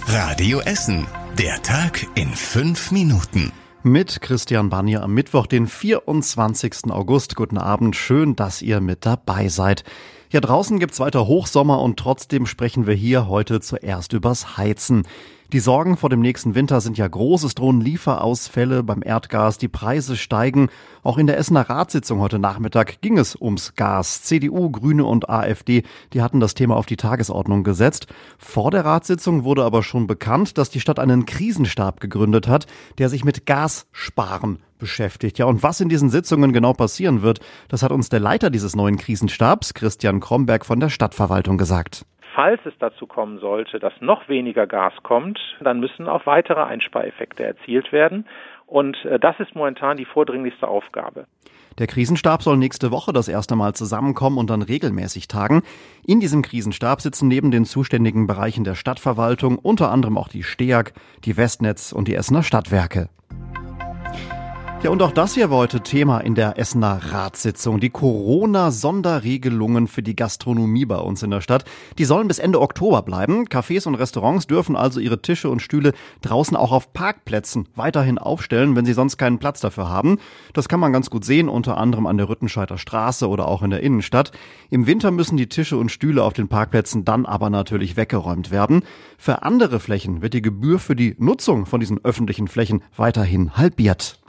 Radio Essen. Der Tag in 5 Minuten. Mit Christian Banier am Mittwoch, den 24. August. Guten Abend, schön, dass ihr mit dabei seid. Hier draußen gibt's weiter Hochsommer und trotzdem sprechen wir hier heute zuerst übers Heizen. Die Sorgen vor dem nächsten Winter sind ja groß. Es drohen Lieferausfälle beim Erdgas, die Preise steigen. Auch in der Essener Ratssitzung heute Nachmittag ging es ums Gas. CDU, Grüne und AfD, die hatten das Thema auf die Tagesordnung gesetzt. Vor der Ratssitzung wurde aber schon bekannt, dass die Stadt einen Krisenstab gegründet hat, der sich mit Gassparen beschäftigt. Ja, und was in diesen Sitzungen genau passieren wird, das hat uns der Leiter dieses neuen Krisenstabs, Christian Kromberg von der Stadtverwaltung, gesagt. Falls es dazu kommen sollte, dass noch weniger Gas kommt, dann müssen auch weitere Einspareffekte erzielt werden. Und das ist momentan die vordringlichste Aufgabe. Der Krisenstab soll nächste Woche das erste Mal zusammenkommen und dann regelmäßig tagen. In diesem Krisenstab sitzen neben den zuständigen Bereichen der Stadtverwaltung unter anderem auch die STEAG, die Westnetz und die Essener Stadtwerke. Ja, und auch das hier war heute Thema in der Essener Ratssitzung. Die Corona-Sonderregelungen für die Gastronomie bei uns in der Stadt, die sollen bis Ende Oktober bleiben. Cafés und Restaurants dürfen also ihre Tische und Stühle draußen auch auf Parkplätzen weiterhin aufstellen, wenn sie sonst keinen Platz dafür haben. Das kann man ganz gut sehen, unter anderem an der Rüttenscheider Straße oder auch in der Innenstadt. Im Winter müssen die Tische und Stühle auf den Parkplätzen dann aber natürlich weggeräumt werden. Für andere Flächen wird die Gebühr für die Nutzung von diesen öffentlichen Flächen weiterhin halbiert.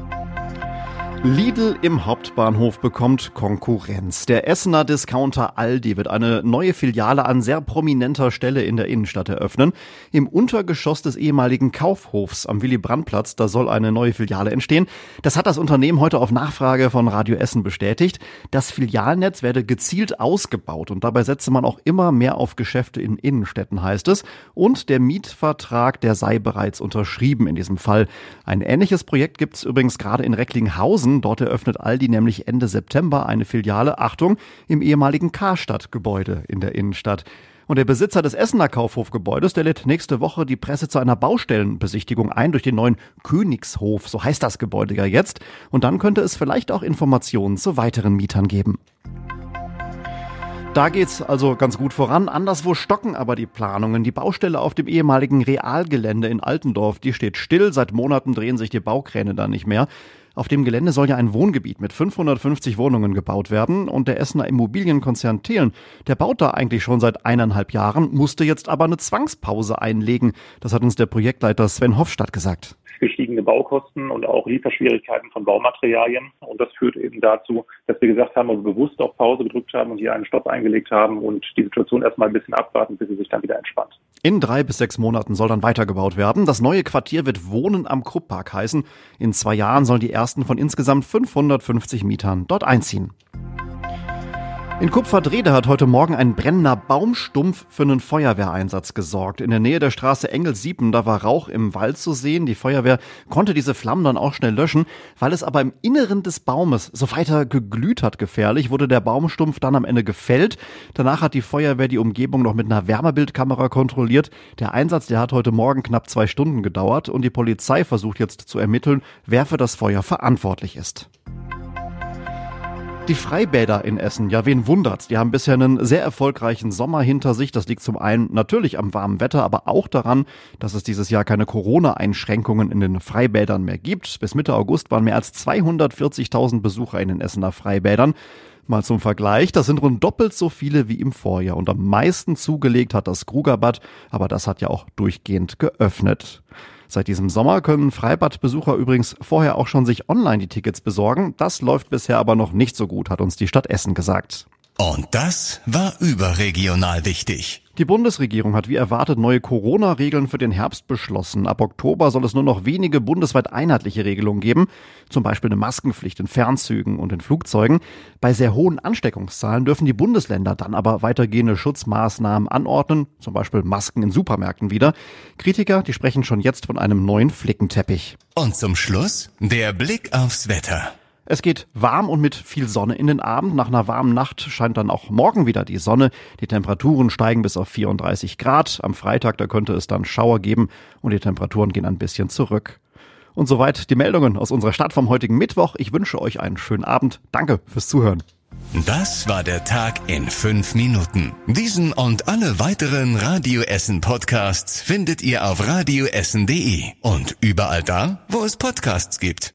Lidl im Hauptbahnhof bekommt Konkurrenz. Der Essener Discounter Aldi wird eine neue Filiale an sehr prominenter Stelle in der Innenstadt eröffnen. Im Untergeschoss des ehemaligen Kaufhofs am Willy-Brandt-Platz, da soll eine neue Filiale entstehen. Das hat das Unternehmen heute auf Nachfrage von Radio Essen bestätigt. Das Filialnetz werde gezielt ausgebaut und dabei setze man auch immer mehr auf Geschäfte in Innenstädten, heißt es. Und der Mietvertrag, der sei bereits unterschrieben in diesem Fall. Ein ähnliches Projekt gibt es übrigens gerade in Recklinghausen. Dort eröffnet Aldi nämlich Ende September eine Filiale, Achtung, im ehemaligen Karstadt-Gebäude in der Innenstadt. Und der Besitzer des Essener Kaufhofgebäudes, der lädt nächste Woche die Presse zu einer Baustellenbesichtigung ein durch den neuen Königshof, so heißt das Gebäude ja jetzt. Und dann könnte es vielleicht auch Informationen zu weiteren Mietern geben. Da geht's also ganz gut voran. Anderswo stocken aber die Planungen. Die Baustelle auf dem ehemaligen Realgelände in Altendorf, die steht still. Seit Monaten drehen sich die Baukräne da nicht mehr. Auf dem Gelände soll ja ein Wohngebiet mit 550 Wohnungen gebaut werden und der Essener Immobilienkonzern Thelen, der baut da eigentlich schon seit 1,5 Jahren, musste jetzt aber eine Zwangspause einlegen. Das hat uns der Projektleiter Sven Hofstadt gesagt. Gestiegene Baukosten und auch Lieferschwierigkeiten von Baumaterialien. Und das führt eben dazu, dass wir gesagt haben, also bewusst auf Pause gedrückt haben und hier einen Stopp eingelegt haben und die Situation erstmal ein bisschen abwarten, bis sie sich dann wieder entspannt. In 3 bis 6 Monaten soll dann weitergebaut werden. Das neue Quartier wird Wohnen am Krupppark heißen. In 2 Jahren sollen die ersten von insgesamt 550 Mietern dort einziehen. In Kupferdrehde hat heute Morgen ein brennender Baumstumpf für einen Feuerwehreinsatz gesorgt. In der Nähe der Straße Engels-7, da war Rauch im Wald zu sehen. Die Feuerwehr konnte diese Flammen dann auch schnell löschen. Weil es aber im Inneren des Baumes so weiter geglüht hat gefährlich, wurde der Baumstumpf dann am Ende gefällt. Danach hat die Feuerwehr die Umgebung noch mit einer Wärmebildkamera kontrolliert. Der Einsatz, der hat heute Morgen knapp 2 Stunden gedauert und die Polizei versucht jetzt zu ermitteln, wer für das Feuer verantwortlich ist. Die Freibäder in Essen, ja, wen wundert's? Die haben bisher einen sehr erfolgreichen Sommer hinter sich. Das liegt zum einen natürlich am warmen Wetter, aber auch daran, dass es dieses Jahr keine Corona-Einschränkungen in den Freibädern mehr gibt. Bis Mitte August waren mehr als 240.000 Besucher in den Essener Freibädern. Mal zum Vergleich, das sind rund doppelt so viele wie im Vorjahr. Und am meisten zugelegt hat das Krugerbad, aber das hat ja auch durchgehend geöffnet. Seit diesem Sommer können Freibadbesucher übrigens vorher auch schon sich online die Tickets besorgen. Das läuft bisher aber noch nicht so gut, hat uns die Stadt Essen gesagt. Und das war überregional wichtig. Die Bundesregierung hat wie erwartet neue Corona-Regeln für den Herbst beschlossen. Ab Oktober soll es nur noch wenige bundesweit einheitliche Regelungen geben, zum Beispiel eine Maskenpflicht in Fernzügen und in Flugzeugen. Bei sehr hohen Ansteckungszahlen dürfen die Bundesländer dann aber weitergehende Schutzmaßnahmen anordnen, zum Beispiel Masken in Supermärkten wieder. Kritiker, die sprechen schon jetzt von einem neuen Flickenteppich. Und zum Schluss der Blick aufs Wetter. Es geht warm und mit viel Sonne in den Abend. Nach einer warmen Nacht scheint dann auch morgen wieder die Sonne. Die Temperaturen steigen bis auf 34 Grad. Am Freitag, da könnte es dann Schauer geben und die Temperaturen gehen ein bisschen zurück. Und soweit die Meldungen aus unserer Stadt vom heutigen Mittwoch. Ich wünsche euch einen schönen Abend. Danke fürs Zuhören. Das war der Tag in 5 Minuten. Diesen und alle weiteren Radio Essen Podcasts findet ihr auf radioessen.de und überall da, wo es Podcasts gibt.